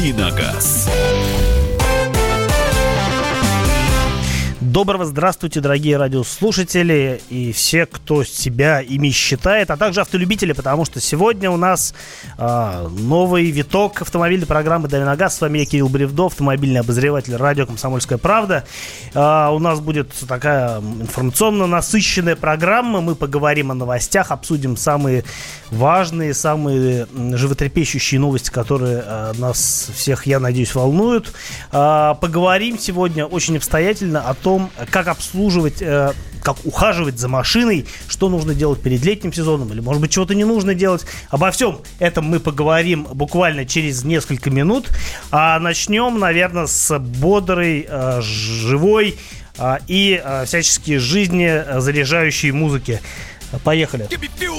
«Давиногаз». Доброго здравствуйте, дорогие радиослушатели и все, кто себя ими считает, а также автолюбители, потому что сегодня у нас новый виток автомобильной программы «Давиногаз». С вами я, Кирилл Бревдо, автомобильный обозреватель радио «Комсомольская правда». У нас будет такая информационно насыщенная программа. Мы поговорим о новостях, обсудим самые важные, самые животрепещущие новости, которые нас всех, я надеюсь, волнуют. Поговорим сегодня очень обстоятельно о том, как обслуживать, как ухаживать за машиной, что нужно делать перед летним сезоном, или, может быть, чего-то не нужно делать. Обо всем этом мы поговорим буквально через несколько минут. А начнем, наверное, с бодрой, живой и всячески жизнезаряжающей музыки. Поехали.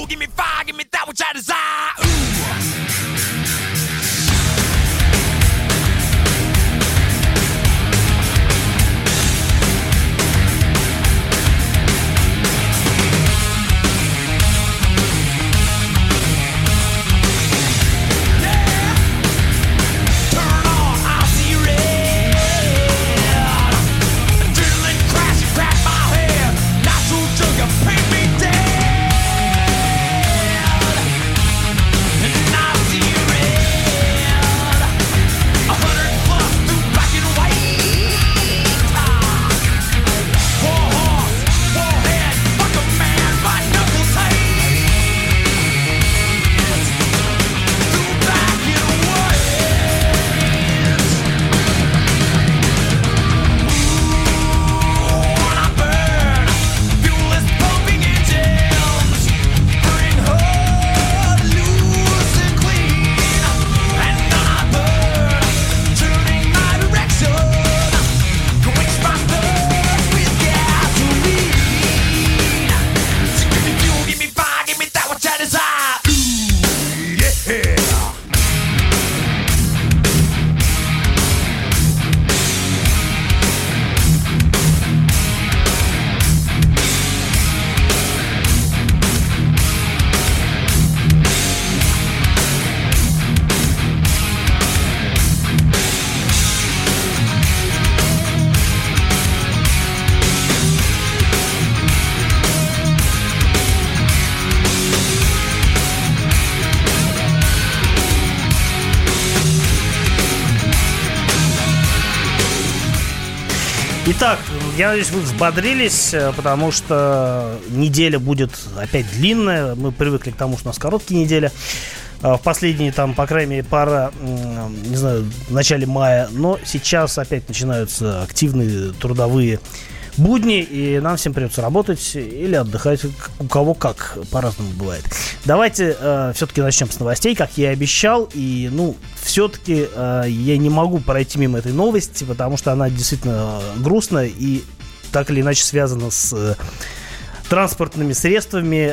Итак, я надеюсь, вы взбодрились, потому что неделя будет опять длинная. Мы привыкли к тому, что у нас короткие недели. В последние, там, по крайней мере, пара, не знаю, в начале мая. Но сейчас опять начинаются активные трудовые будни, и нам всем придется работать или отдыхать, у кого как, по-разному бывает. Давайте все-таки начнем с новостей, как я и обещал. И, все-таки я не могу пройти мимо этой новости, потому что она действительно грустная и так или иначе связана с транспортными средствами.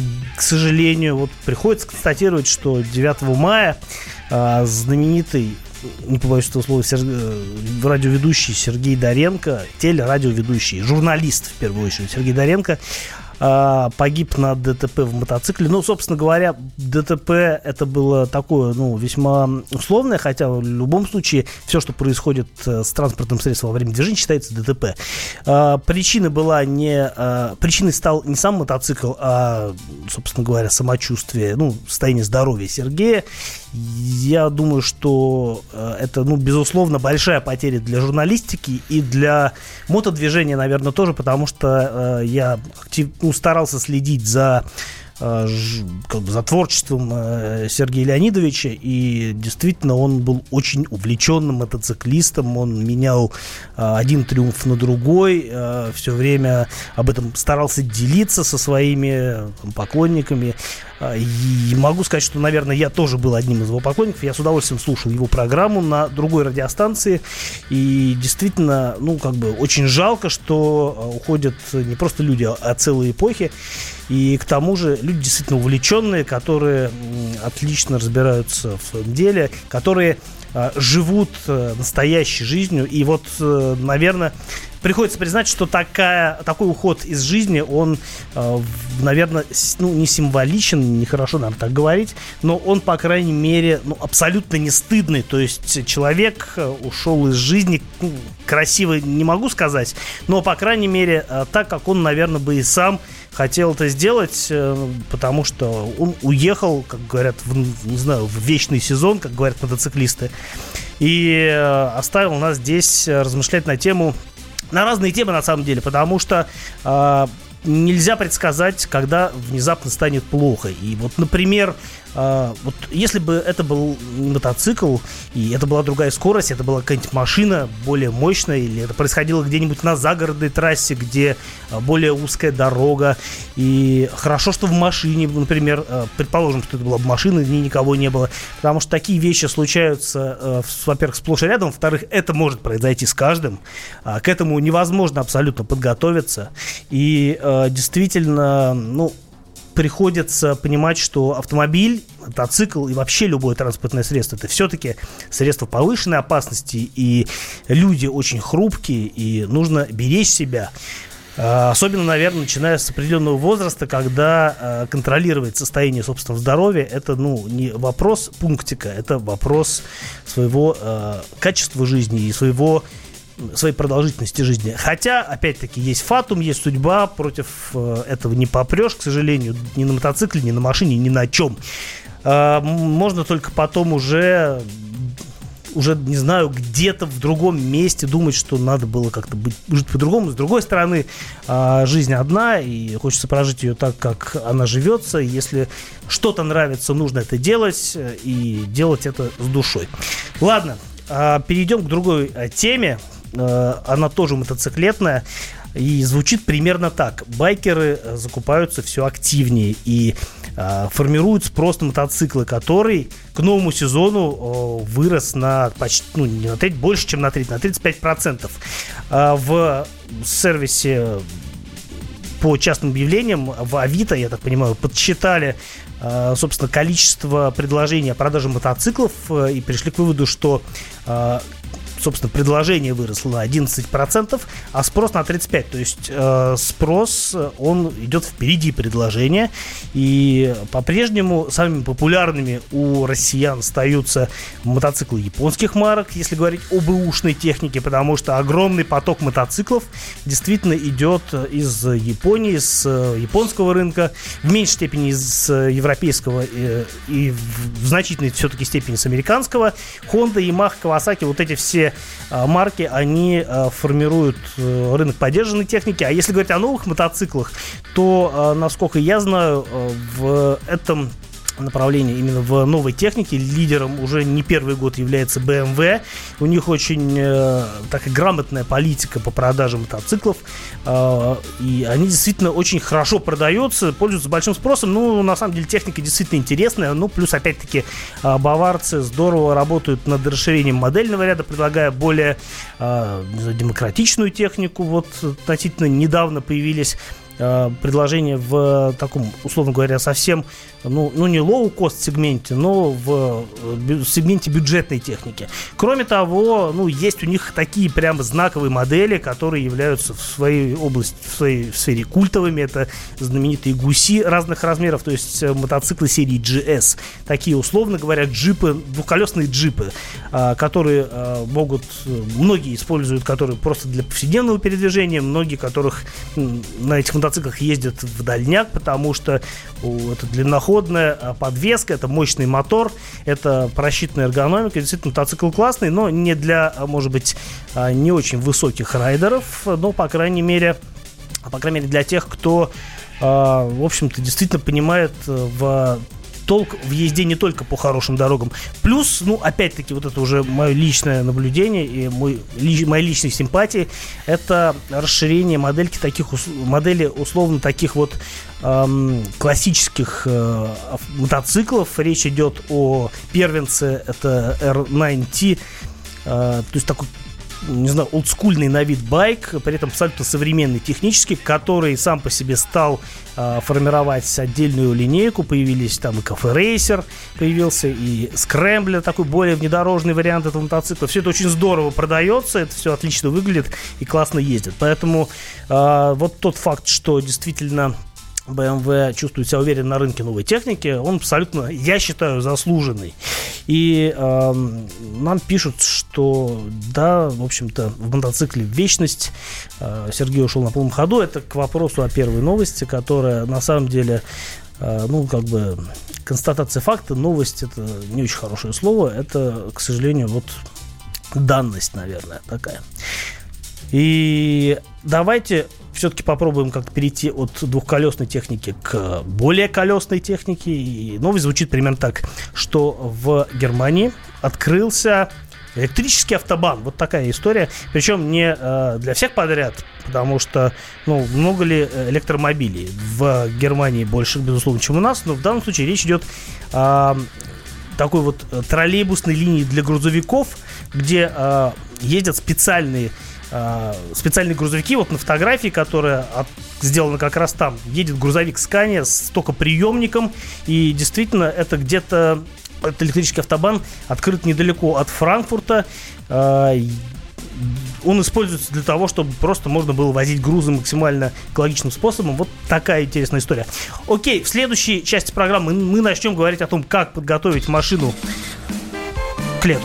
К сожалению, приходится констатировать, что 9 мая знаменитый, не побоюсь этого слова, радиоведущий Сергей Доренко, телерадиоведущий, журналист, в первую очередь, Сергей Доренко, погиб на ДТП в мотоцикле. Собственно говоря, ДТП это было такое, весьма условное, хотя в любом случае все, что происходит с транспортным средством во время движения, считается ДТП. Причиной стал не сам мотоцикл, а, собственно говоря, самочувствие, состояние здоровья Сергея. Я думаю, что это, безусловно, большая потеря для журналистики и для мотодвижения, наверное, тоже, потому что я старался следить за творчеством Сергея Леонидовича, и действительно он был очень увлеченным мотоциклистом, он менял один триумф на другой, все время об этом старался делиться со своими поклонниками. И могу сказать, что, наверное, я тоже был одним из его поклонников. Я с удовольствием слушал его программу на другой радиостанции. И действительно, очень жалко, что уходят не просто люди, а целые эпохи. И к тому же люди действительно увлеченные, которые отлично разбираются в своем деле, которые живут настоящей жизнью. И вот, наверное, приходится признать, что такой уход из жизни, он, наверное, не символичен, нехорошо, наверное, так говорить, но он, по крайней мере, абсолютно не стыдный. То есть человек ушел из жизни, красиво не могу сказать, но, по крайней мере, так, как он, наверное, бы и сам хотел это сделать, потому что он уехал, как говорят, в вечный сезон, как говорят мотоциклисты, и оставил нас здесь размышлять на разные темы, на самом деле, потому что нельзя предсказать, когда внезапно станет плохо. И вот, например, вот если бы это был не мотоцикл, и это была другая скорость, это была какая-нибудь машина более мощная, или это происходило где-нибудь на загородной трассе, где более узкая дорога, и хорошо, что в машине, например, предположим, что это была бы машина, в ней никого не было, потому что такие вещи случаются, во-первых, сплошь и рядом, во-вторых, это может произойти с каждым, к этому невозможно абсолютно подготовиться, и действительно, приходится понимать, что автомобиль, мотоцикл и вообще любое транспортное средство — это все-таки средство повышенной опасности, и люди очень хрупкие, и нужно беречь себя. Особенно, наверное, начиная с определенного возраста, когда контролировать состояние собственного здоровья — это не вопрос пунктика, это вопрос своего качества жизни и своей продолжительности жизни. Хотя, опять-таки, есть фатум, есть судьба, против этого не попрешь, к сожалению, ни на мотоцикле, ни на машине, ни на чем. Можно только потом уже не знаю, где-то в другом месте думать, что надо было как-то жить по-другому. С другой стороны, жизнь одна, и хочется прожить ее так, как она живется. Если что-то нравится, нужно это делать, и делать это с душой. Ладно, перейдем к другой теме. Она тоже мотоциклетная и звучит примерно так. Байкеры закупаются все активнее и формируют спрос на мотоциклы, который к новому сезону вырос на почти, не на треть, больше, чем на треть, на 35%. В сервисе по частным объявлениям в Авито, я так понимаю, подсчитали, собственно, количество предложений о продаже мотоциклов и пришли к выводу, что собственно, предложение выросло на 11%, а спрос на 35%. То есть спрос, он идет впереди предложения. И по-прежнему самыми популярными у россиян остаются мотоциклы японских марок, если говорить об бэушной технике, потому что огромный поток мотоциклов действительно идет из Японии, с японского рынка, в меньшей степени из европейского и в значительной все-таки степени с американского. Honda, Yamaha, Kawasaki, вот эти все марки, они формируют рынок подержанной техники. А если говорить о новых мотоциклах, то, насколько я знаю, в этом направлении, именно в новой технике, лидером уже не первый год является BMW. У них очень такая грамотная политика по продаже мотоциклов, и они действительно очень хорошо продаются, пользуются большим спросом. На самом деле техника действительно интересная, плюс, опять-таки, баварцы здорово работают над расширением модельного ряда, предлагая более демократичную технику. Вот относительно недавно появились предложение в таком, условно говоря, совсем, не лоу-кост сегменте, но в сегменте бюджетной техники. Кроме того, есть у них такие прямо знаковые модели, которые являются в своей области, в сфере культовыми. Это знаменитые гуси разных размеров, то есть мотоциклы серии GS. Такие, условно говоря, джипы, двухколесные джипы, которые многие используют, которые просто для повседневного передвижения, многие, которых на этих мотоциклах ездят в дальняк, потому что это длинноходная подвеска, это мощный мотор, это просчитанная эргономика. Действительно, мотоцикл классный, но не для, может быть, не очень высоких райдеров, но, по крайней мере, для тех, кто, в общем-то, действительно понимает толк в езде не только по хорошим дорогам. Плюс, опять-таки, вот это уже мое личное наблюдение и мои личные симпатии, это расширение моделей условно таких вот классических мотоциклов. Речь идет о первенце, это R9T, то есть такой не знаю, олдскульный на вид байк, при этом абсолютно современный технически, который сам по себе стал формировать отдельную линейку. Появились там и Cafe Racer, появился и Scrambler, такой более внедорожный вариант этого мотоцикла. Все это очень здорово продается, это все отлично выглядит и классно ездит. Поэтому вот тот факт, что действительно BMW чувствует себя уверенно на рынке новой техники, он абсолютно, я считаю, заслуженный. И нам пишут, что да, в общем-то, в мотоцикле вечность. Сергей ушел на полном ходу. Это к вопросу о первой новости, которая на самом деле, констатация факта. Новость — это не очень хорошее слово. Это, к сожалению, вот данность, наверное, такая. И давайте все-таки попробуем как-то перейти от двухколесной техники к более колесной технике. И новость звучит примерно так, что в Германии открылся электрический автобан. Вот такая история. Причем не для всех подряд, потому что, много ли электромобилей в Германии больше, безусловно, чем у нас. Но в данном случае речь идет о такой вот троллейбусной линии для грузовиков, где ездят специальные грузовики. Вот на фотографии, которая сделана как раз там, едет грузовик Scania с токоприемником. И действительно, это где-то этот электрический автобан открыт недалеко от Франкфурта. Он используется для того, чтобы просто можно было возить грузы максимально экологичным способом. Вот такая интересная история. Окей, в следующей части программы мы начнем говорить о том, как подготовить машину к лету.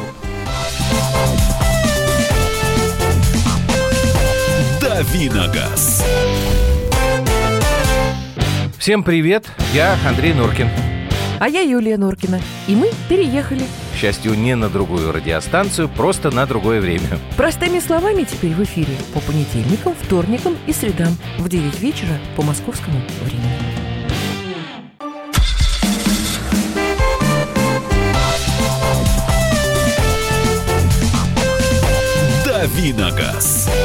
Давиногаз. Всем привет, я Андрей Норкин. А я Юлия Норкина. И мы переехали. К счастью, не на другую радиостанцию, просто на другое время. Простыми словами теперь в эфире по понедельникам, вторникам и средам в 9 вечера по московскому времени. Давиногаз.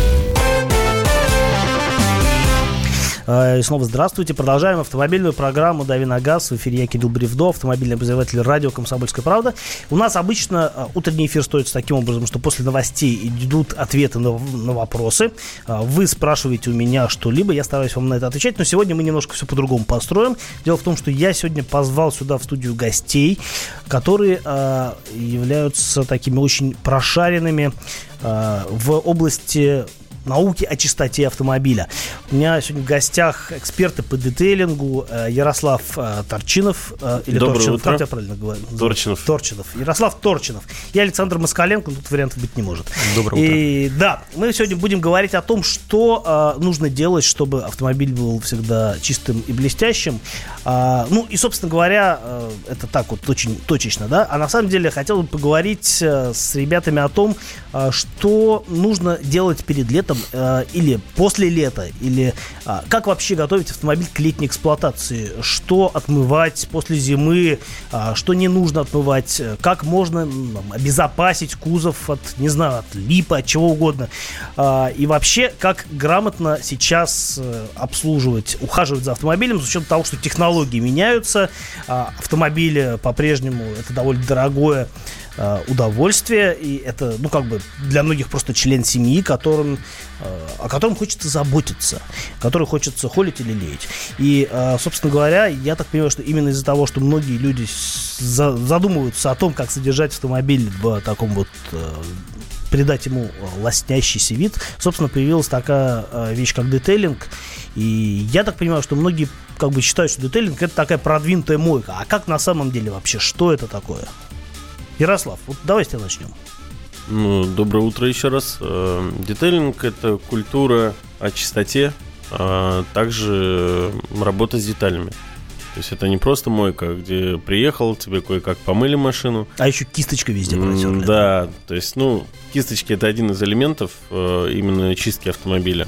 И снова здравствуйте. Продолжаем автомобильную программу «Дави на газ». В эфире я, Кирилл Бревдо, автомобильный обозреватель радио «Комсомольская правда». У нас обычно утренний эфир строится таким образом, что после новостей идут ответы на вопросы. Вы спрашиваете у меня что-либо, я стараюсь вам на это отвечать. Но сегодня мы немножко все по-другому построим. Дело в том, что я сегодня позвал сюда в студию гостей, которые являются такими очень прошаренными в области науки о чистоте автомобиля. У меня сегодня в гостях эксперты по детейлингу Ярослав Торчинов. Или Доброе Торчинов, утро. как я правильно говорю? Торчинов. Ярослав Торчинов. И Александр Москаленко, тут вариантов быть не может. Доброе утро. И да, мы сегодня будем говорить о том, что нужно делать, чтобы автомобиль был всегда чистым и блестящим. И, собственно говоря, это так вот очень точечно, да? А на самом деле хотел бы поговорить с ребятами о том, что нужно делать перед летом или после лета, или как вообще готовить автомобиль к летней эксплуатации, что отмывать после зимы, что не нужно отмывать, как можно обезопасить кузов от, не знаю, от липа, от чего угодно, и вообще, как грамотно сейчас обслуживать, ухаживать за автомобилем, с учетом того, что технологии меняются, автомобили по-прежнему это довольно дорогое удовольствие, и это, для многих просто член семьи, о котором хочется заботиться, который хочется холить или леять. И, собственно говоря, я так понимаю, что именно из-за того, что многие люди задумываются о том, как содержать автомобиль в таком вот, придать ему лоснящийся вид, собственно, появилась такая вещь, как детейлинг. И я так понимаю, что многие считают, что детейлинг — это такая продвинутая мойка. А как на самом деле вообще? Что это такое? Ярослав, вот давай с тебя начнем. Доброе утро еще раз. Детейлинг — это культура о чистоте, а также работа с деталями. То есть это не просто мойка, где приехал, тебе кое-как помыли машину. А еще кисточка везде протерли. Да, то есть, кисточки — это один из элементов именно чистки автомобиля.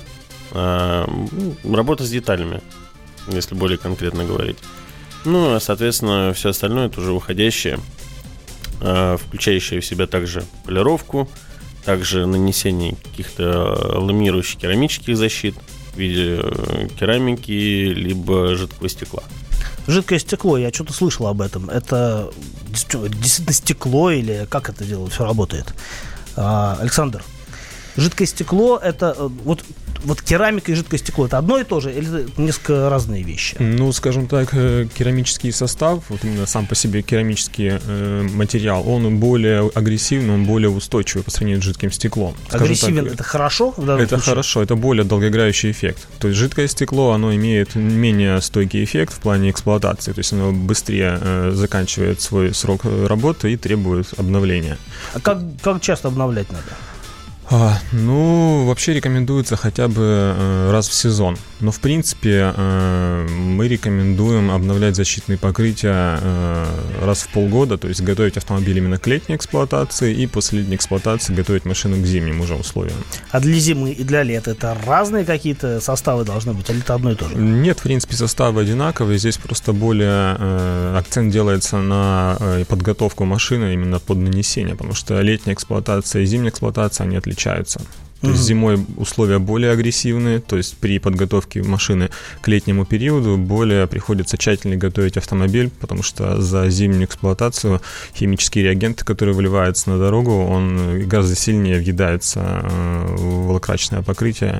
Работа с деталями, если более конкретно говорить. А соответственно, все остальное — это уже выходящее, включающее в себя также полировку, также нанесение каких-то ламинирующих керамических защит в виде керамики либо жидкого стекла. Жидкое стекло, я что-то слышал об этом. Это действительно стекло или как это дело все работает? Александр, Жидкое стекло это вот керамика и жидкое стекло это одно и то же или несколько разные вещи? Ну, скажем так, керамический состав, вот именно сам по себе керамический материал, он более агрессивный, он более устойчивый по сравнению с жидким стеклом. Агрессивен это хорошо? Это хорошо, это более долгоиграющий эффект. То есть жидкое стекло, оно имеет менее стойкий эффект в плане эксплуатации, то есть оно быстрее заканчивает свой срок работы и требует обновления. А как часто обновлять надо? Ну, вообще рекомендуется хотя бы раз в сезон. Но, в принципе, мы рекомендуем обновлять защитные покрытия раз в полгода, то есть готовить автомобиль именно к летней эксплуатации и после летней эксплуатации готовить машину к зимним уже условиям. А для зимы и для лета это разные какие-то составы должны быть, или это одно и то же? Нет, в принципе, составы одинаковые. Здесь просто более акцент делается на подготовку машины именно под нанесение, потому что летняя эксплуатация и зимняя эксплуатация, они отличаются. То есть зимой условия более агрессивные, то есть при подготовке машины к летнему периоду более приходится тщательно готовить автомобиль, потому что за зимнюю эксплуатацию химические реагенты, которые выливаются на дорогу, он гораздо сильнее въедается в лакрасочное покрытие,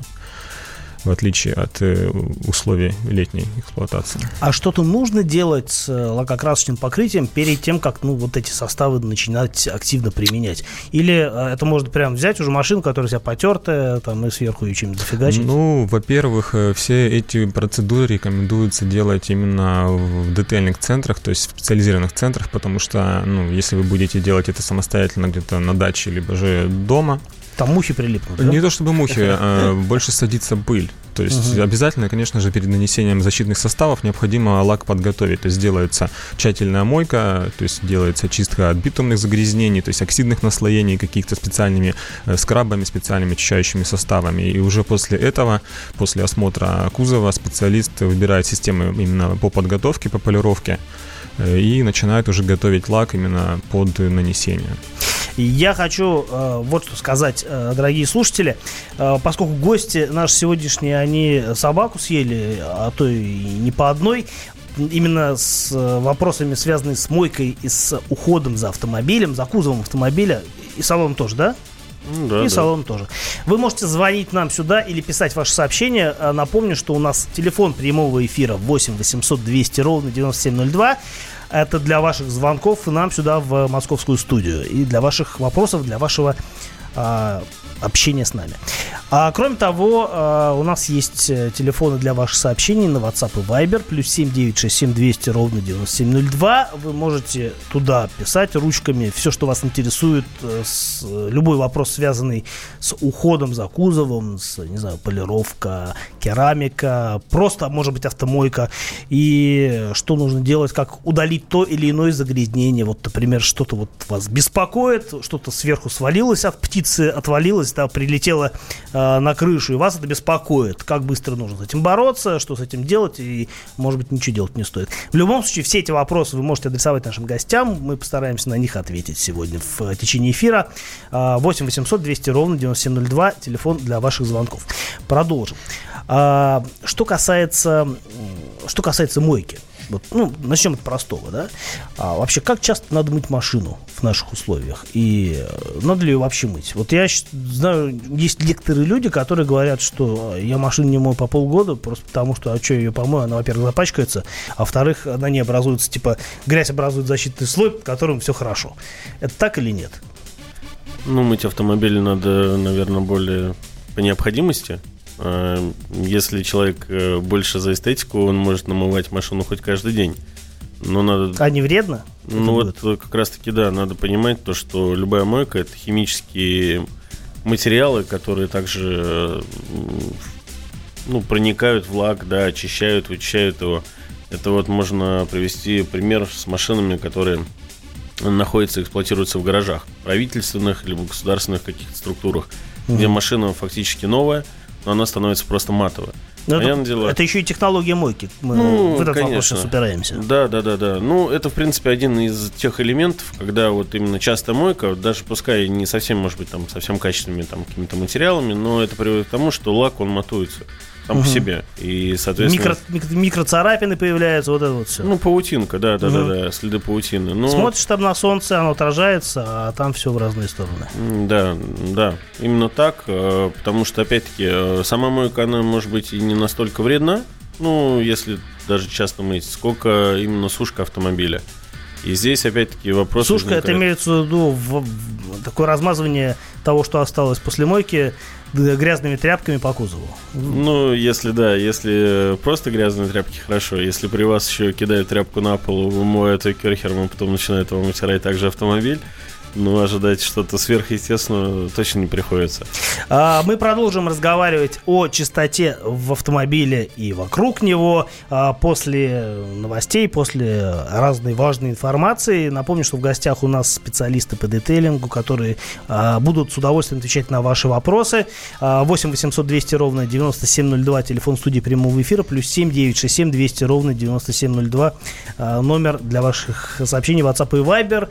в отличие от условий летней эксплуатации. А что-то нужно делать с лакокрасочным покрытием перед тем, как вот эти составы начинать активно применять? Или это можно прям взять уже машину, которая у тебя потертая, там, и сверху ее чем-нибудь зафигачить? Ну, во-первых, все эти процедуры рекомендуется делать именно в детейльных центрах, то есть в специализированных центрах, потому что, если вы будете делать это самостоятельно где-то на даче, либо же дома, там мухи прилипнут, да? Не то чтобы мухи, больше садится пыль. То есть обязательно, конечно же, перед нанесением защитных составов необходимо лак подготовить. То есть делается тщательная мойка, то есть делается чистка от битумных загрязнений, то есть оксидных наслоений каких-то специальными скрабами, специальными очищающими составами. И уже после этого, после осмотра кузова, специалист выбирает системы именно по подготовке, по полировке и начинает уже готовить лак именно под нанесение. Я хочу вот что сказать, дорогие слушатели. Поскольку гости наши сегодняшние, они собаку съели, а то и не по одной, именно с вопросами, связанными с мойкой и с уходом за автомобилем, за кузовом автомобиля, и салоном тоже, да? Да, и салон тоже. Вы можете звонить нам сюда или писать ваши сообщения. Напомню, что у нас телефон прямого эфира 8 800 200 ровно 9702. Это для ваших звонков нам сюда в московскую студию. И для ваших вопросов, для вашего общения с нами. Кроме того, у нас есть телефоны для ваших сообщений на WhatsApp и Viber. Плюс 7 967 200 ровно 9702. Вы можете туда писать ручками все, что вас интересует. Любой вопрос, связанный с уходом за кузовом, не знаю, полировка, керамика, просто, может быть, автомойка. И что нужно делать, как удалить то или иное загрязнение. Вот, например, что-то вас беспокоит, что-то сверху свалилось от птицы, отвалилось, прилетело на крышу, и вас это беспокоит. Как быстро нужно с этим бороться, что с этим делать, и, может быть, ничего делать не стоит. В любом случае, все эти вопросы вы можете адресовать нашим гостям. Мы постараемся на них ответить сегодня в течение эфира. 8 800 200 ровно 9702, телефон для ваших звонков. Продолжим. Что касается мойки. Начнем от простого, да? Вообще, как часто надо мыть машину в наших условиях? И надо ли ее вообще мыть? Я знаю, есть некоторые люди, которые говорят, что я машину не мою по полгода, просто потому что, что я ее помою, она, во-первых, запачкается, а во-вторых, она не образуется, грязь образует защитный слой, под которым все хорошо. Это так или нет? Мыть автомобиль надо, наверное, более по необходимости. Если человек больше за эстетику, он может намывать машину хоть каждый день. Но надо... А не вредно? Как раз таки, да, надо понимать то, что любая мойка — это химические материалы, которые также проникают в лак, да, очищают, вычищают его. Это можно привести пример с машинами, которые находятся и эксплуатируются в гаражах, правительственных либо государственных каких-то структурах, где машина фактически новая, но она становится просто матовой. Это еще и технология мойки. Мы в этот вопрос сейчас упираемся. Да. Это, в принципе, один из тех элементов, когда именно частая мойка, даже пускай не совсем, может быть, совсем качественными какими-то материалами, но это приводит к тому, что лак, он матуется. сам по себе. И, соответственно... Микроцарапины появляются, вот это вот все. Ну, паутинка, да, следы паутины. Но... Смотришь там на солнце, оно отражается, а там все в разные стороны. Да, именно так, потому что, опять-таки, сама мойка, она, может быть, и не настолько вредна, ну, если даже часто мыть, сколько именно сушка автомобиля. И здесь, опять-таки, вопрос... Сушка, возникает... это имеется в виду такое размазывание того, что осталось после мойки, грязными тряпками по кузову. Ну, если просто грязные тряпки, хорошо. Если при вас еще кидают тряпку на пол, вымоют ее керхером, и потом начинают вам вытирать также автомобиль, ну, ожидать что-то сверхъестественного точно не приходится. Мы продолжим разговаривать о чистоте в автомобиле и вокруг него после новостей, после разной важной информации. Напомню, что в гостях у нас специалисты по детейлингу, которые будут с удовольствием отвечать на ваши вопросы. 8 800 200 ровно 9702, телефон студии прямого эфира, плюс 7 967 200 ровно 9702, номер для ваших сообщений в WhatsApp и Viber.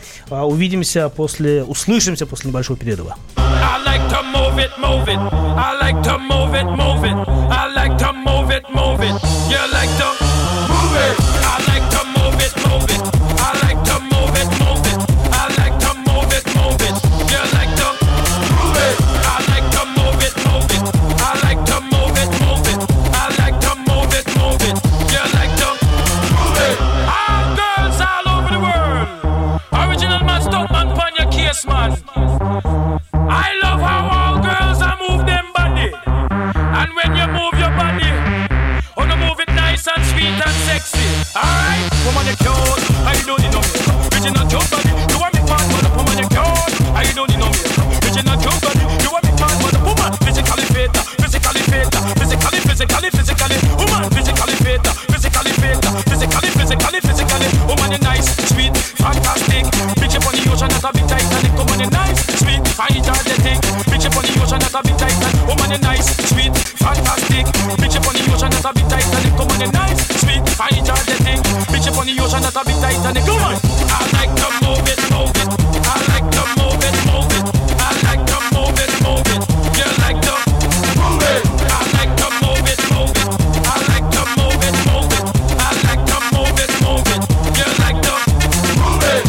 Услышимся после небольшого перерыва. I like to move it, move it. I like to move it, move it. I like to move it, move it. You like to move it. I like to move it, move it. I like to move it, move it. I like to move it, move it. You like to move it. I like to move it, move it. I like to move it, move it. I like to move it, move it. You like to move it. All girls all over the world. Original man, stop man, pon your case, man. I love how all girls are move them body. And when you move your body, oh no, move it nice and sweet and sexy. Alright, woman you cute, I don't need no makeup. Original cute body, you want me fat, but woman you cute, I don't need no makeup. Original cute body, you want me fat, but woman physically fit, physically fit, physically, woman physically fit, physically, woman you nice, sweet, fantastic. Bitch up on the ocean, not a bit Titanic. Woman you nice, sweet, fine, energetic. Bitch up on the ocean, not a bit Titanic. Woman you nice, sweet, fantastic. Bitch up on the ocean, not a bit Titanic. Woman you nice, sweet, fine, energetic. Bitch up on the ocean, not a bit Titanic. Come on, I like to move it, move it. I like to move it, move it. I like to move it, move it. You like to move it. I like to move it, move it. I like to move it, move it. I like to move it, move it. You like to move it.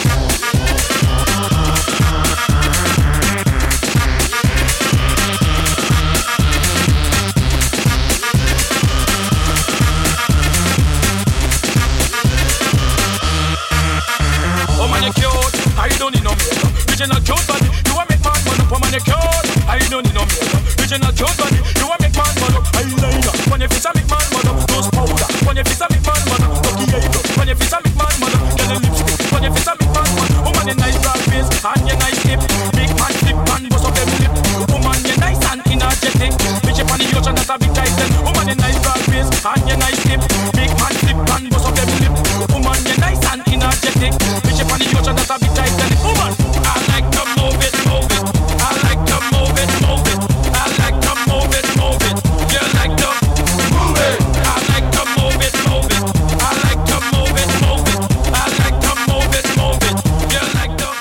Oh man, you cute, I don't need no makeup. Original cute body, you want make man man up. Oh man, you cute, I don't need no makeup. Original cute body, you want make man man up. Eyeliner, when you face a make man man up. Nose powder, when you face a make man man up. Lucky eyebrow, when you face a make man man up. Get a lipstick, when you face a make man man up. Oh man, you nice broad face and you nice lip. Make man flip and bust up them lip. Oh man, you nice and energetic. Bitch up on the ocean, that's a big titan. Oh man, you nice broad face and you nice lip. Make man flip and bust up them lip. Oh man, you nice and energetic. Bitch up on the ocean, that's a big titan. Oh man, I like to move it, move it. I like to move it, move it. I like to move it, move it. You like to move it. I like to move it, move it. I like to move it, move it. I like to move it, move it. You like to.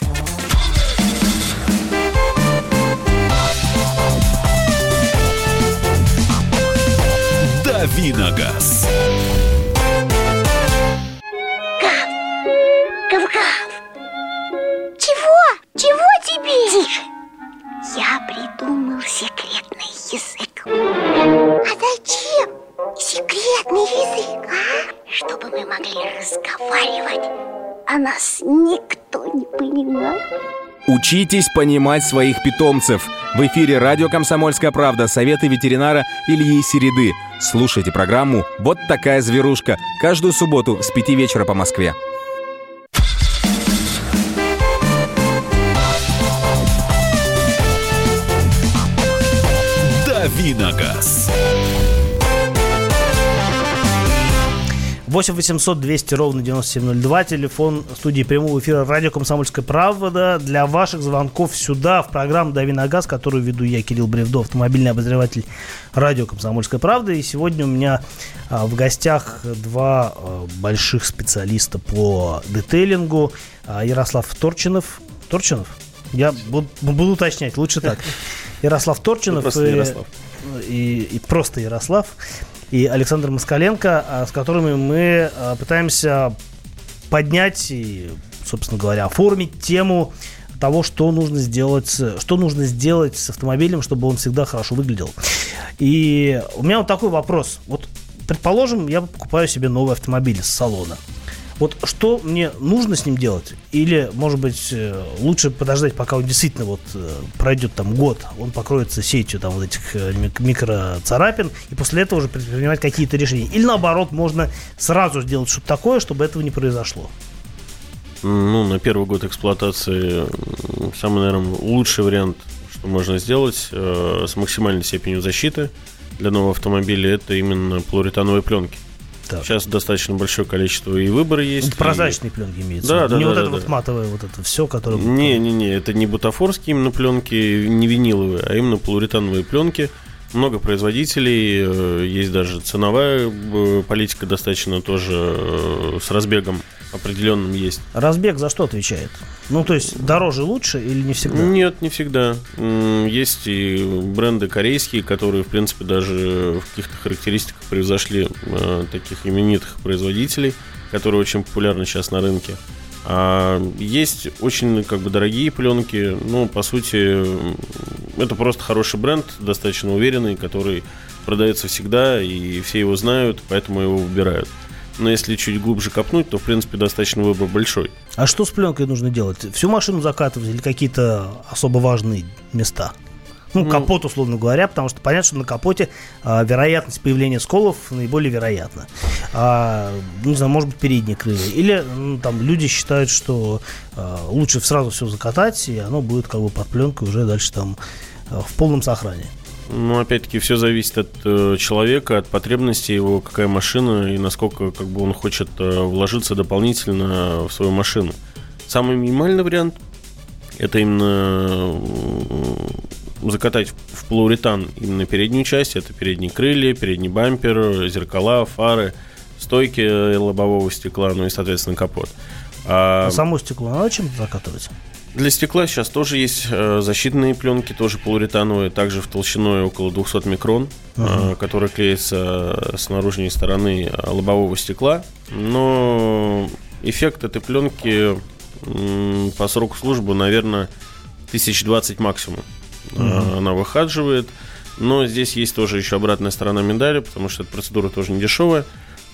Дави на газ. Гав-гав. Чего тебе? Тише. Я придумал секретный язык. А зачем секретный язык, а? Чтобы мы могли разговаривать, а нас никто не понимал. Учитесь понимать своих питомцев. В эфире радио «Комсомольская правда». Советы ветеринара Ильи Середы. Слушайте программу «Вот такая зверушка» каждую субботу с 5 вечера по Москве. Дави на газ. 8 800 200 ровно 9702, телефон студии прямого эфира радио «Комсомольская правда». Для ваших звонков сюда, в программу «Дави на газ», которую веду я, Кирилл Бревдо, автомобильный обозреватель радио «Комсомольская правда». И сегодня у меня в гостях два больших специалиста по детейлингу. Ярослав Торчинов. Торчинов? Я буду уточнять, лучше так. Ярослав Торчинов и просто Ярослав, и Александр Москаленко, с которыми мы пытаемся поднять и, собственно говоря, оформить тему того, что нужно сделать с автомобилем, чтобы он всегда хорошо выглядел. И у меня вот такой вопрос. Вот, предположим, я покупаю себе новый автомобиль с салона. Вот что мне нужно с ним делать? Или, может быть, лучше подождать, пока он действительно вот пройдет там год, он покроется сетью там вот этих микроцарапин, и после этого уже предпринимать какие-то решения? Или, наоборот, можно сразу сделать что-то такое, чтобы этого не произошло? Ну, на первый год эксплуатации самый, наверное, лучший вариант, что можно сделать с максимальной степенью защиты для нового автомобиля, это именно полиуретановые пленки. Так. Сейчас достаточно большое количество и выбора есть. Это прозрачные пленки имеется. Да, не да, вот да, это да. Вот матовое, вот это все, которое... Не, это не бутафорские именно пленки, не виниловые, а именно полиуретановые пленки. Много производителей, есть даже ценовая политика достаточно тоже с разбегом определенным есть. Разбег за что отвечает? Ну, то есть дороже лучше или не всегда? Нет, не всегда. Есть и бренды корейские, которые, в принципе, даже в каких-то характеристиках превзошли таких именитых производителей, которые очень популярны сейчас на рынке. А есть очень дорогие пленки. Ну, по сути, это просто хороший бренд, достаточно уверенный, который продается всегда, и все его знают, поэтому его выбирают. Но если чуть глубже копнуть, то, в принципе, достаточно выбор большой. А что с пленкой нужно делать? Всю машину закатывать или какие-то особо важные места? Ну, капот, условно говоря, потому что понятно, что на капоте вероятность появления сколов наиболее вероятна. Не знаю, может быть, передние крылья. Или там люди считают, что лучше сразу все закатать, и оно будет под пленкой уже дальше там в полном сохране. Ну, опять-таки, все зависит от человека, от потребностей его, какая машина и насколько он хочет вложиться дополнительно в свою машину. Самый минимальный вариант – это именно закатать в полиуретан именно переднюю часть. Это передние крылья, передний бампер, зеркала, фары, стойки лобового стекла, ну и, соответственно, капот. Само стекло надо чем-то закатывать? Для стекла сейчас тоже есть защитные пленки, тоже полиуретановые, также в толщиной около 200 микрон, которые клеятся с наружной стороны лобового стекла. Но эффект этой пленки по сроку службы, наверное, 1020 максимум. Она выхаживает. Но здесь есть тоже еще обратная сторона медали, потому что эта процедура тоже не дешевая.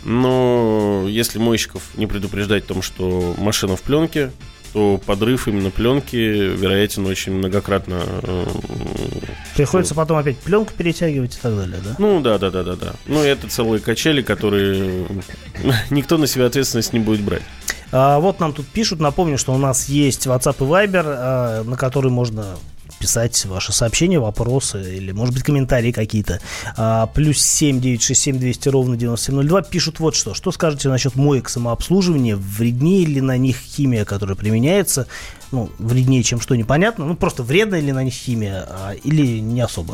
Но если мойщиков не предупреждать о том, что машина в пленке, то подрыв именно пленки вероятен очень многократно. Приходится потом опять пленку перетягивать и так далее, да? Ну, да. Ну, это целые качели, которые никто на себя ответственность не будет брать. Вот нам тут пишут, напомню, что у нас есть WhatsApp и Viber, на который можно писать ваши сообщения, вопросы или, может быть, комментарии какие-то. +7 967 200 ровно 9702. Пишут вот что. Что скажете насчет моек самообслуживания? Вреднее ли на них химия, которая применяется? Ну, вреднее, чем что, непонятно. Ну, просто вредная ли на них химия или не особо?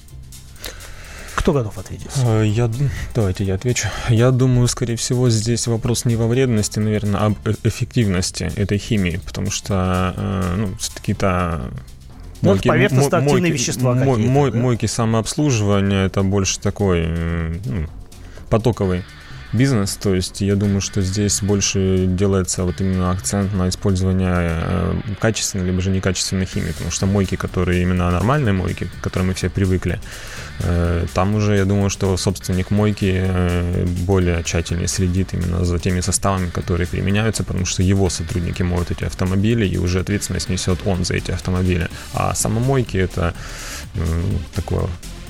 Кто готов ответить? Давайте я отвечу. Я думаю, скорее всего, здесь вопрос не во вредности, наверное, а об эффективности этой химии, потому что, все-таки-то поверхностно-активные вещества какие-то, да? Мойки самообслуживания — это больше такой потоковый бизнес. То есть я думаю, что здесь больше делается вот именно акцент на использование качественной либо же некачественной химии, потому что мойки, которые именно нормальные мойки, к которым мы все привыкли, там уже, я думаю, что собственник мойки более тщательнее следит именно за теми составами, которые применяются, потому что его сотрудники моют эти автомобили, и уже ответственность несет он за эти автомобили. А самомойки — это такое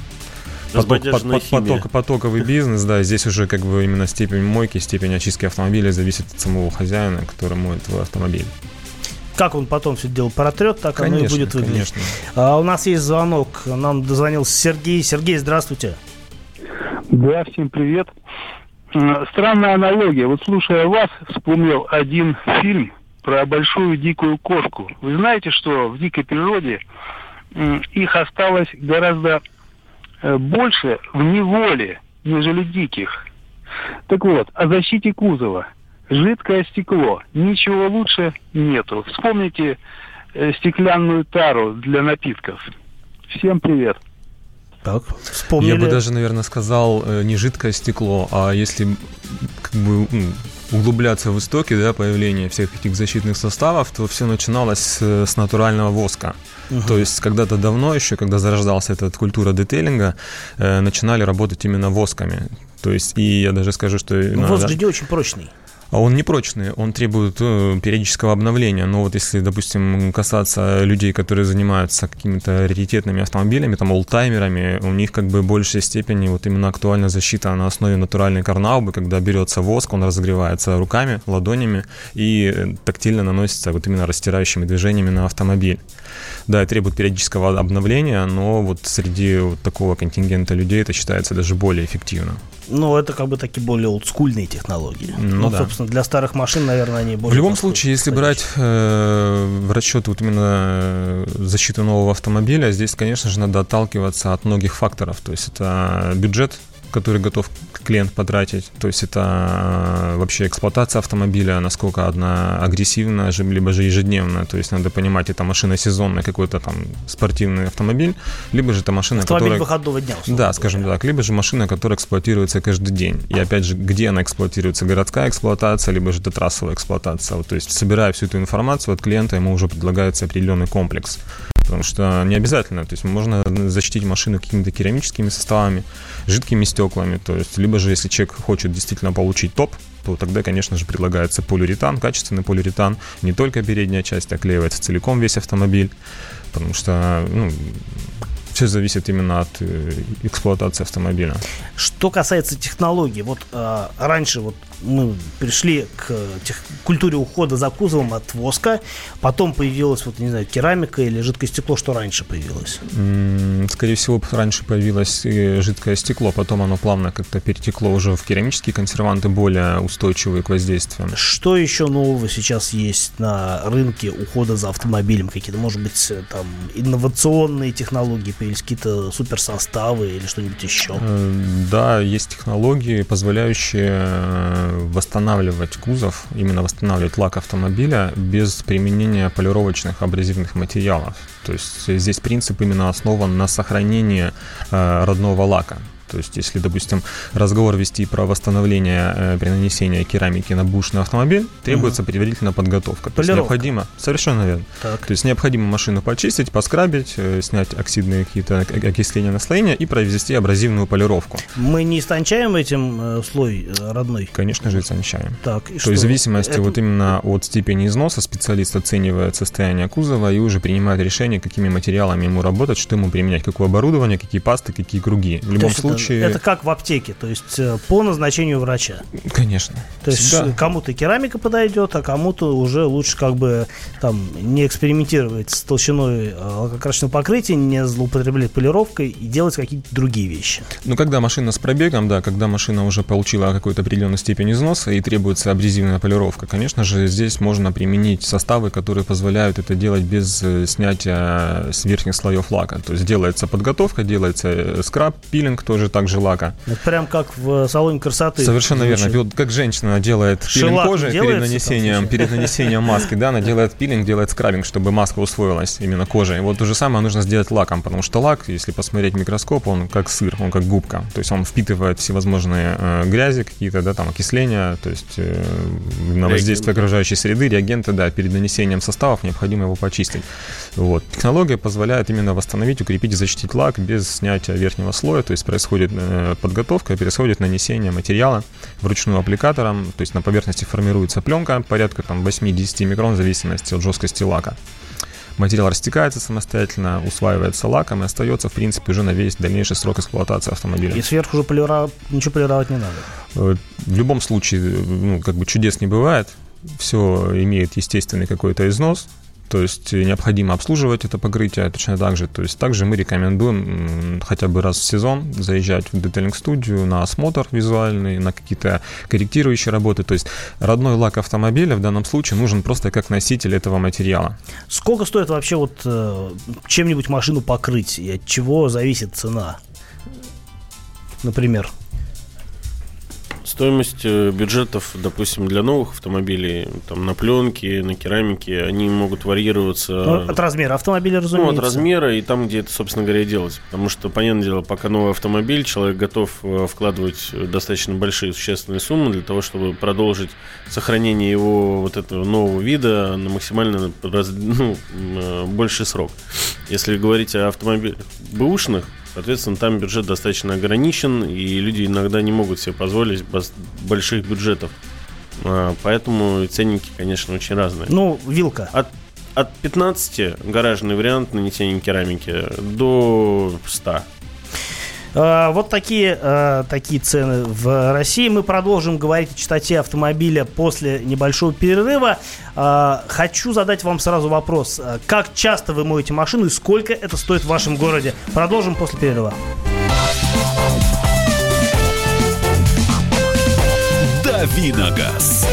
потоковый бизнес, да, здесь уже именно степень мойки, степень очистки автомобиля зависит от самого хозяина, который моет твой автомобиль. Как он потом все это дело протрет, так оно и будет выглядеть. У нас есть звонок, нам дозвонился Сергей. Сергей, здравствуйте. Да, всем привет. Странная аналогия. Вот слушая вас, вспомнил один фильм про большую дикую кошку. Вы знаете, что в дикой природе их осталось гораздо больше в неволе, нежели диких. Так вот, о защите кузова. Жидкое стекло. Ничего лучше нету. Вспомните стеклянную тару для напитков. Всем привет. Так, вспомнили. Я бы даже, наверное, сказал не жидкое стекло, а если как бы углубляться в истоки, да, появления всех этих защитных составов, то все начиналось с натурального воска. То есть когда-то давно еще, когда зарождалась эта культура детейлинга, начинали работать именно восками. То есть, и я даже скажу, что... Воск же не очень прочный. А он не прочный, он требует периодического обновления. Но вот если, допустим, касаться людей, которые занимаются какими-то раритетными автомобилями, там, олдтаймерами, у них как бы в большей степени вот именно актуальна защита на основе натуральной карнаубы, когда берется воск, он разогревается руками, ладонями и тактильно наносится вот именно растирающими движениями на автомобиль. Да, требует периодического обновления, но вот среди вот такого контингента людей это считается даже более эффективно. Ну, это как бы такие более олдскульные технологии. Ну, да. Собственно, для старых машин, наверное, они более... В любом случае, если брать в расчет вот именно защиту нового автомобиля, здесь, конечно же, надо отталкиваться от многих факторов. То есть это бюджет, который готов клиент потратить, то есть это вообще эксплуатация автомобиля, насколько она агрессивна, либо же ежедневная, то есть надо понимать, это машина сезонная, какой-то там спортивный автомобиль, либо же это машина, автомобиль выходного дня. Да, скажем так, либо же машина, которая эксплуатируется каждый день. И опять же, где она эксплуатируется, городская эксплуатация, либо же это трассовая эксплуатация. Вот, то есть, собирая всю эту информацию от клиента, ему уже предлагается определенный комплекс. Потому что не обязательно, то есть можно защитить машину какими-то керамическими составами, жидкими стеклами, то есть либо же если человек хочет действительно получить топ, то тогда, конечно же, предлагается полиуретан, качественный полиуретан, не только передняя часть, оклеивается целиком весь автомобиль, потому что все зависит именно от эксплуатации автомобиля. Что касается технологий, вот раньше вот мы пришли к культуре ухода за кузовом от воска, потом появилась, вот не знаю, керамика или жидкое стекло, что раньше появилось? Скорее всего, раньше появилось жидкое стекло, потом оно плавно как-то перетекло уже в керамические консерванты, более устойчивые к воздействиям. Что еще нового сейчас есть на рынке ухода за автомобилем? Какие-то, может быть, там инновационные технологии, появились какие-то суперсоставы или что-нибудь еще? Да, есть технологии, позволяющие восстанавливать кузов, именно восстанавливать лак автомобиля без применения полировочных абразивных материалов. То есть здесь принцип именно основан на сохранении родного лака. То есть, если, допустим, разговор вести про восстановление при нанесении керамики на бушный автомобиль, требуется предварительная подготовка. То есть необходимо, совершенно верно. Так. То есть необходимо машину почистить, поскрабить, снять оксидные какие-то окисления наслоения и провести абразивную полировку. Мы не истончаем этим слой родной? Конечно же, истончаем. Так, то есть в зависимости вот именно от степени износа специалист оценивает состояние кузова и уже принимает решение, какими материалами ему работать, что ему применять, какое оборудование, какие пасты, какие круги. В любом случае... Это как в аптеке, то есть по назначению врача. Конечно. То есть кому-то керамика подойдет, а кому-то уже лучше как бы там не экспериментировать с толщиной лакокрасочного покрытия, не злоупотреблять полировкой и делать какие-то другие вещи. Ну, когда машина с пробегом, да, когда машина уже получила какую-то определенную степень износа и требуется абразивная полировка, конечно же, здесь можно применить составы, которые позволяют это делать без снятия с верхних слоев лака. То есть делается подготовка, делается скраб, пилинг тоже также лака. Это прям как в салоне красоты. Совершенно верно. Вот как женщина делает пилинг кожи перед нанесением маски, да, она делает пилинг, делает скрабинг, чтобы маска усвоилась именно кожей. Вот то же самое нужно сделать лаком, потому что лак, если посмотреть в микроскоп, он как сыр, он как губка. То есть он впитывает всевозможные грязи какие-то, да, там окисления, то есть на воздействие окружающей среды, реагенты, да, перед нанесением составов необходимо его почистить. Вот. Технология позволяет именно восстановить, укрепить и защитить лак без снятия верхнего слоя, то есть происходит подготовка, происходит нанесение материала вручную аппликатором, то есть на поверхности формируется пленка порядка там 8-10 микрон в зависимости от жесткости лака. Материал растекается самостоятельно, усваивается лаком и остается, в принципе, уже на весь дальнейший срок эксплуатации автомобиля. И сверху уже ничего полировать не надо? В любом случае, как бы чудес не бывает, все имеет естественный какой-то износ. То есть необходимо обслуживать это покрытие точно так же. То есть также мы рекомендуем хотя бы раз в сезон заезжать в детейлинг-студию на осмотр визуальный, на какие-то корректирующие работы. То есть родной лак автомобиля в данном случае нужен просто как носитель этого материала. Сколько стоит вообще вот чем-нибудь машину покрыть и от чего зависит цена? Например? Стоимость бюджетов, допустим, для новых автомобилей, там, на пленке, на керамике, они могут варьироваться... От размера автомобиля, разумеется. От размера и там, где это, собственно говоря, делать. Потому что, понятное дело, пока новый автомобиль, человек готов вкладывать достаточно большие существенные суммы для того, чтобы продолжить сохранение его вот этого нового вида на максимально больший срок. Если говорить о автомобилях бэушных, соответственно, там бюджет достаточно ограничен, и люди иногда не могут себе позволить больших бюджетов. Поэтому ценники, конечно, очень разные. Ну, вилка. От 15 гаражный вариант нанесения керамики до 100. Вот такие цены в России. Мы продолжим говорить о частоте автомобиля после небольшого перерыва. Хочу задать вам сразу вопрос. Как часто вы моете машину и сколько это стоит в вашем городе? Продолжим после перерыва. «Дави на газ».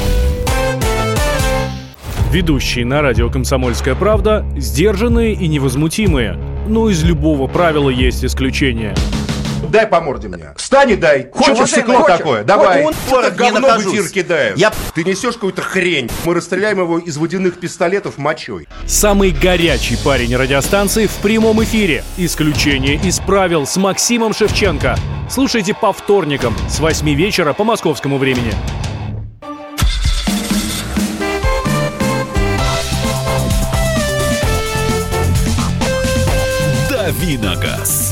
Ведущие на радио «Комсомольская правда» сдержанные и невозмутимые. Но из любого правила есть исключение. Дай по морде мне. Встань и дай. Хочешь стекло такое? Давай. Что-то говно в эфир кидаешь. Ты несешь какую-то хрень. Мы расстреляем его из водяных пистолетов мочой. Самый горячий парень радиостанции в прямом эфире. Исключение из правил с Максимом Шевченко. Слушайте по вторникам с 8 вечера по московскому времени. «Дави на газ».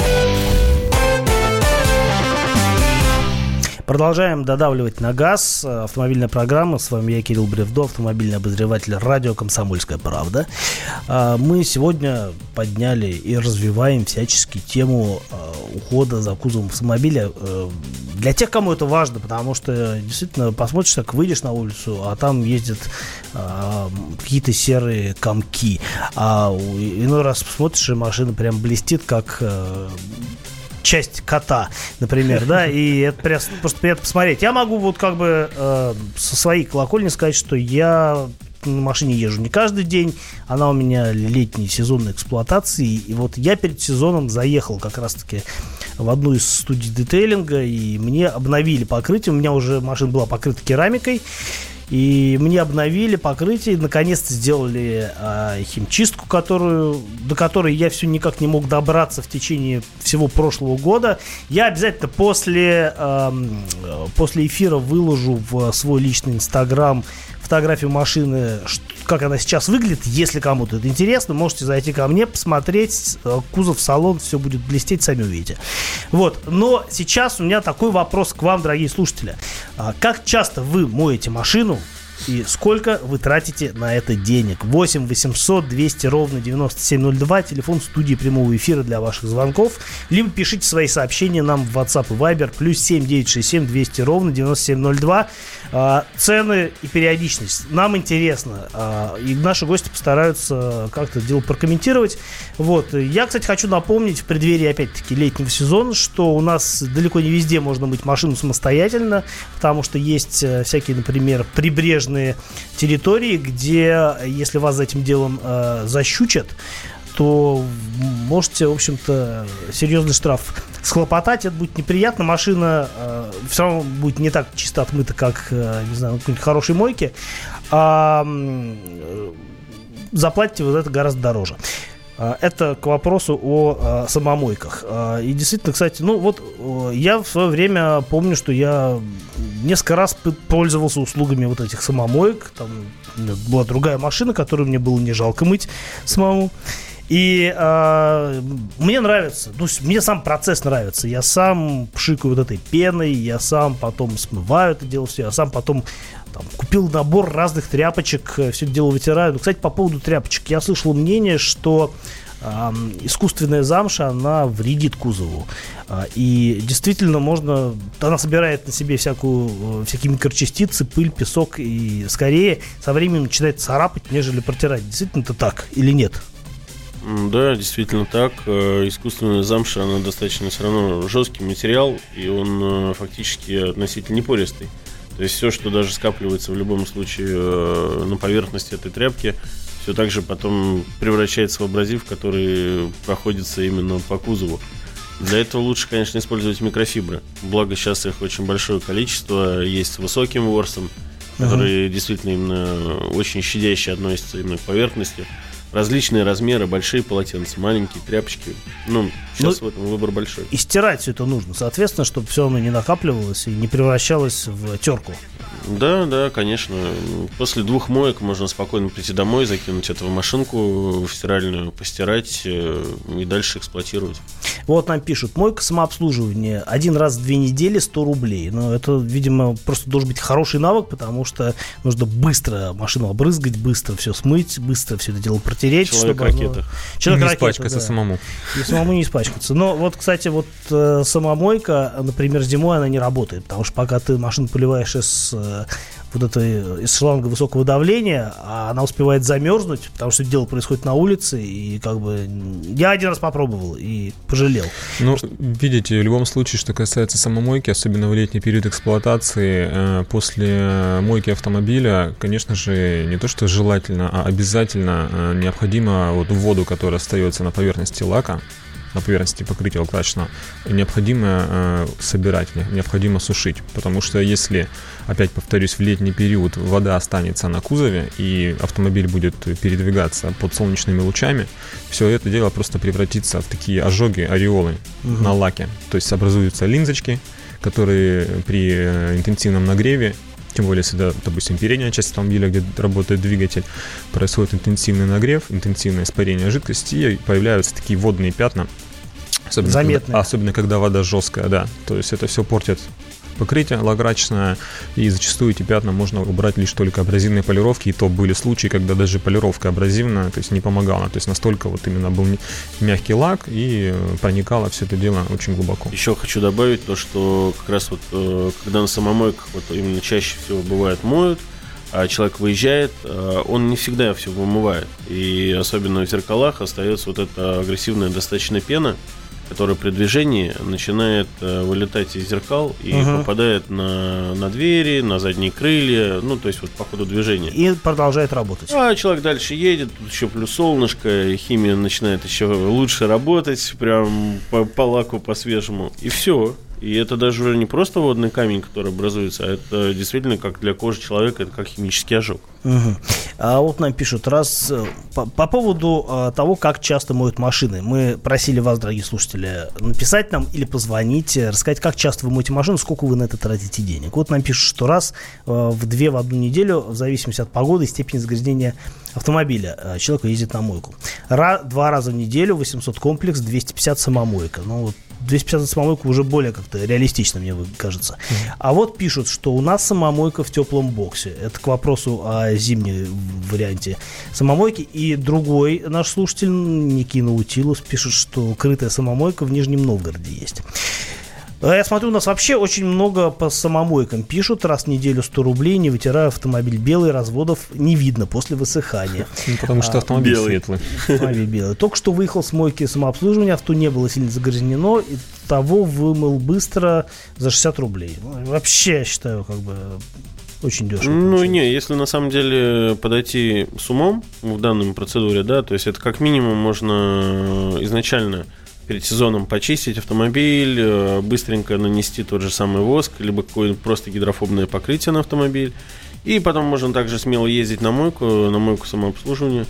Продолжаем додавливать на газ. Автомобильная программа. С вами я, Кирилл Бревдо, автомобильный обозреватель радио «Комсомольская правда». Мы сегодня подняли и развиваем всячески тему ухода за кузовом автомобиля. Для тех, кому это важно, потому что действительно посмотришь, как выйдешь на улицу, а там ездят какие-то серые комки. А иной раз посмотришь, и машина прям блестит, как... часть кота, например, да, и это просто приятно посмотреть. Я могу вот как бы со своей колокольни сказать, что я на машине езжу не каждый день, она у меня летней сезонной эксплуатации, и вот я перед сезоном заехал как раз-таки в одну из студий детейлинга, и мне обновили покрытие, у меня уже машина была покрыта керамикой, и мне обновили покрытие, и наконец-то сделали химчистку, до которой я все никак не мог добраться в течение всего прошлого года. Я обязательно после эфира выложу в свой личный Инстаграм фотографию машины, как она сейчас выглядит. Если кому-то это интересно, можете зайти ко мне, посмотреть кузов, салон, все будет блестеть, сами увидите. Вот. Но сейчас у меня такой вопрос к вам, дорогие слушатели. Как часто вы моете машину и сколько вы тратите на это денег? 8 800 200 ровно 9702, телефон студии прямого эфира для ваших звонков. Либо пишите свои сообщения нам в WhatsApp и Viber, плюс 7967 200 ровно 9702. Цены и периодичность нам интересно, и наши гости постараются как-то это дело прокомментировать. Вот. Я, кстати, хочу напомнить в преддверии, опять-таки, летнего сезона, что у нас далеко не везде можно мыть машину самостоятельно, потому что есть всякие, например, прибрежные территории, где, если вас за этим делом защучат, то можете, в общем-то, серьезный штраф схлопотать. Это будет неприятно. Машина все равно будет не так чисто отмыта, как, не знаю, на какой-нибудь хорошей мойке. А заплатите вот это гораздо дороже. Это к вопросу о самомойках. И действительно, кстати, я в свое время помню, что я несколько раз пользовался услугами вот этих самомоек. Там была другая машина, которую мне было не жалко мыть самому. И мне нравится, мне сам процесс нравится. Я сам пшикаю вот этой пеной, я сам потом смываю это дело все, я сам потом купил набор разных тряпочек, все это дело вытираю. Кстати, по поводу тряпочек, я слышал мнение, что искусственная замша, она вредит кузову. И действительно она собирает на себе всякие микрочастицы, пыль, песок, и скорее со временем начинает царапать, нежели протирать. Действительно это так или нет? Да, действительно так. Искусственная замша, она достаточно все равно жесткий материал, и он фактически относительно непористый. То есть все, что даже скапливается в любом случае на поверхности этой тряпки, все так же потом превращается в абразив, который проходится именно по кузову. Для этого лучше, конечно, использовать микрофибры. Благо сейчас их очень большое количество, есть с высоким ворсом, которые действительно именно очень щадяще относятся именно к поверхности. Различные размеры, большие полотенца, маленькие тряпочки. Сейчас в этом выбор большой. И стирать все это нужно, соответственно, чтобы все оно не накапливалось и не превращалось в терку. Да, конечно. После 2 моек можно спокойно прийти домой, закинуть это в машинку, в стиральную, постирать и дальше эксплуатировать. Вот нам пишут: мойка самообслуживания 1 раз в 2 недели 100 рублей. Но это, видимо, просто должен быть хороший навык, потому что нужно быстро машину обрызгать, быстро все смыть, быстро все это дело протереть. Человек-ракета. Не испачкаться самому. И самому не испачкаться. Но вот, кстати, самомойка, например, зимой она не работает, потому что пока ты машину поливаешь из шланга высокого давления, она успевает замерзнуть, потому что дело происходит на улице, и я 1 раз попробовал и пожалел. Видите, в любом случае, что касается самомойки, особенно в летний период эксплуатации, после мойки автомобиля, конечно же, не то что желательно, а обязательно необходимо воду, которая остается на поверхности лака, на поверхности покрытия лакрасочного, необходимо собирать, необходимо сушить. Потому что если, опять повторюсь, в летний период вода останется на кузове и автомобиль будет передвигаться под солнечными лучами, все это дело просто превратится в такие ожоги, ореолы на лаке. То есть образуются линзочки, которые при интенсивном нагреве, тем более, если это, допустим, передняя часть автомобиля, где работает двигатель, происходит интенсивный нагрев, интенсивное испарение жидкости, и появляются такие водные пятна. Особенно когда вода жесткая, да. То есть это все портит покрытие лакрасочное, и зачастую эти пятна можно убрать лишь только абразивной полировки. И то были случаи, когда даже полировка абразивная, то есть не помогала. То есть настолько именно был мягкий лак, и проникало все это дело очень глубоко. Еще хочу добавить то, что как раз когда на самомойках именно чаще всего бывает моют, а человек выезжает, он не всегда все вымывает. И особенно в зеркалах остается эта агрессивная достаточно пена, которая при движении начинает вылетать из зеркал и попадает на двери, на задние крылья, то есть по ходу движения. И продолжает работать. А человек дальше едет, тут еще плюс солнышко, и химия начинает еще лучше работать, прям по лаку, по свежему, и все. И это даже уже не просто водный камень, который образуется, а это действительно, как для кожи человека, это как химический ожог. А вот нам пишут, по поводу того, как часто моют машины. Мы просили вас, дорогие слушатели, написать нам или позвонить, рассказать, как часто вы моете машину, сколько вы на это тратите денег. Вот нам пишут, что раз в 2 в 1 неделю, в зависимости от погоды и степени загрязнения автомобиля, человек ездит на мойку. 2 раза в неделю 800 комплекс, 250 самомойка. 250 самомойку уже более как-то реалистично, мне кажется. А вот пишут, что у нас самомойка в теплом боксе. Это к вопросу о зимнем варианте самомойки. И другой наш слушатель, Никина Утилус, пишет, что крытая самомойка в Нижнем Новгороде есть. Я смотрю, у нас вообще очень много по самомойкам пишут. Раз в неделю 100 рублей, не вытирая автомобиль белый, разводов не видно после высыхания. Потому что автомобиль светлый. Автомобиль белый. Только что выехал с мойки самообслуживания, авто не было сильно загрязнено, и того вымыл быстро за 60 рублей. Вообще, я считаю, очень дешево. Если на самом деле подойти с умом в данной процедуре, да, то есть это как минимум можно изначально перед сезоном почистить автомобиль, быстренько нанести тот же самый воск, либо какое-нибудь просто гидрофобное покрытие на автомобиль. И потом можно также смело ездить на мойку самообслуживания,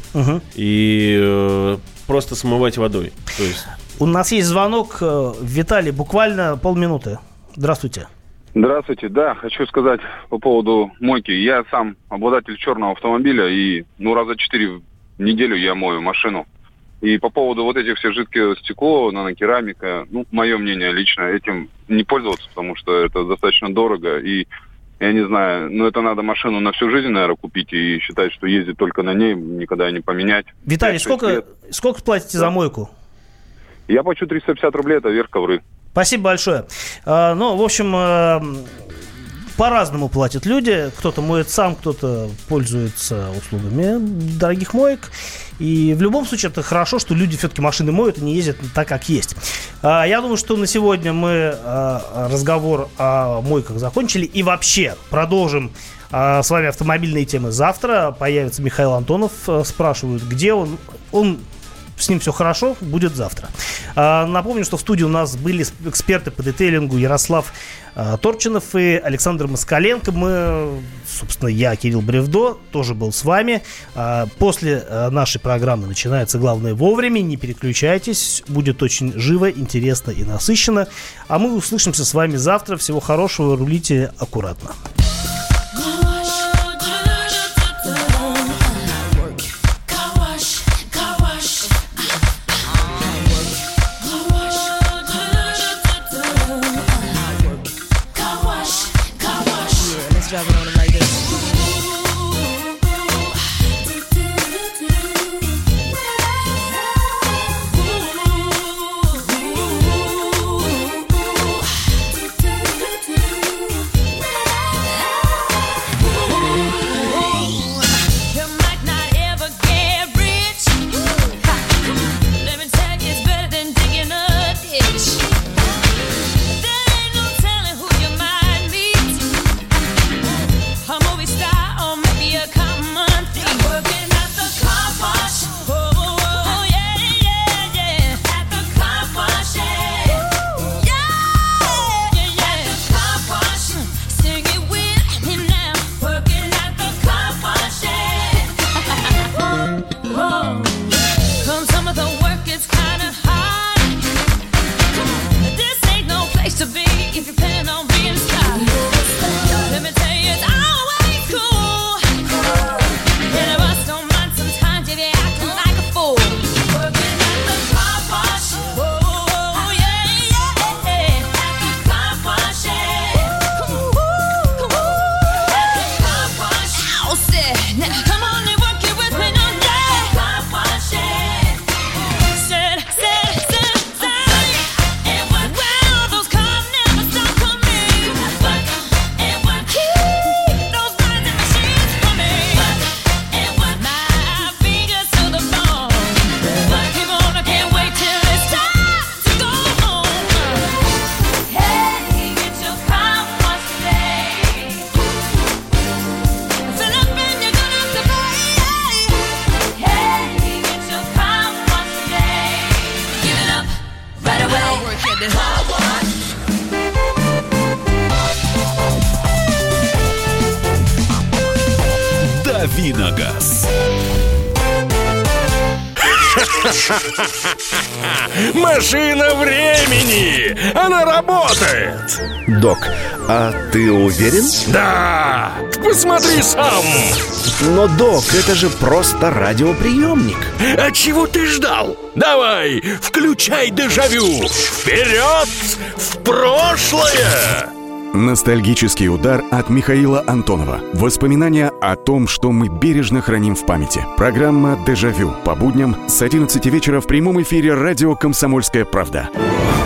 и просто смывать водой. То есть... У нас есть звонок. Виталий, буквально полминуты. Здравствуйте. Здравствуйте. Да, хочу сказать по поводу мойки. Я сам обладатель черного автомобиля, и раза 4 в неделю я мою машину. И по поводу этих всех жидких стекло, нанокерамика, мое мнение лично, этим не пользоваться, потому что это достаточно дорого. И я не знаю, это надо машину на всю жизнь, наверное, купить и считать, что ездить только на ней, никогда не поменять. Виталий, сколько платите за мойку? Я плачу 350 рублей, это верх ковры. Спасибо большое. В общем, по-разному платят люди. Кто-то моет сам, кто-то пользуется услугами дорогих моек. И в любом случае это хорошо, что люди все-таки машины моют и не ездят так, как есть. Я думаю, что на сегодня мы разговор о мойках закончили. И вообще продолжим с вами автомобильные темы завтра. Появится Михаил Антонов. Спрашивают, где он с ним все хорошо, будет завтра. Напомню, что в студии у нас были эксперты по детейлингу Ярослав Торчинов и Александр Москаленко. Собственно, я, Кирилл Бревдо, тоже был с вами. После нашей программы начинается «Главное вовремя». Не переключайтесь, будет очень живо, интересно и насыщенно. А мы услышимся с вами завтра. Всего хорошего, рулите аккуратно. Driving on it like this. Давиногаз. Машина времени! Она работает! Док, а ты уверен? Да! Посмотри сам! Но, док, это же просто радиоприемник. А чего ты ждал? Давай, включай дежавю! Вперед! В прошлое! Ностальгический удар от Михаила Антонова. Воспоминания о том, что мы бережно храним в памяти. Программа «Дежавю» по будням с 11 вечера в прямом эфире радио «Комсомольская правда».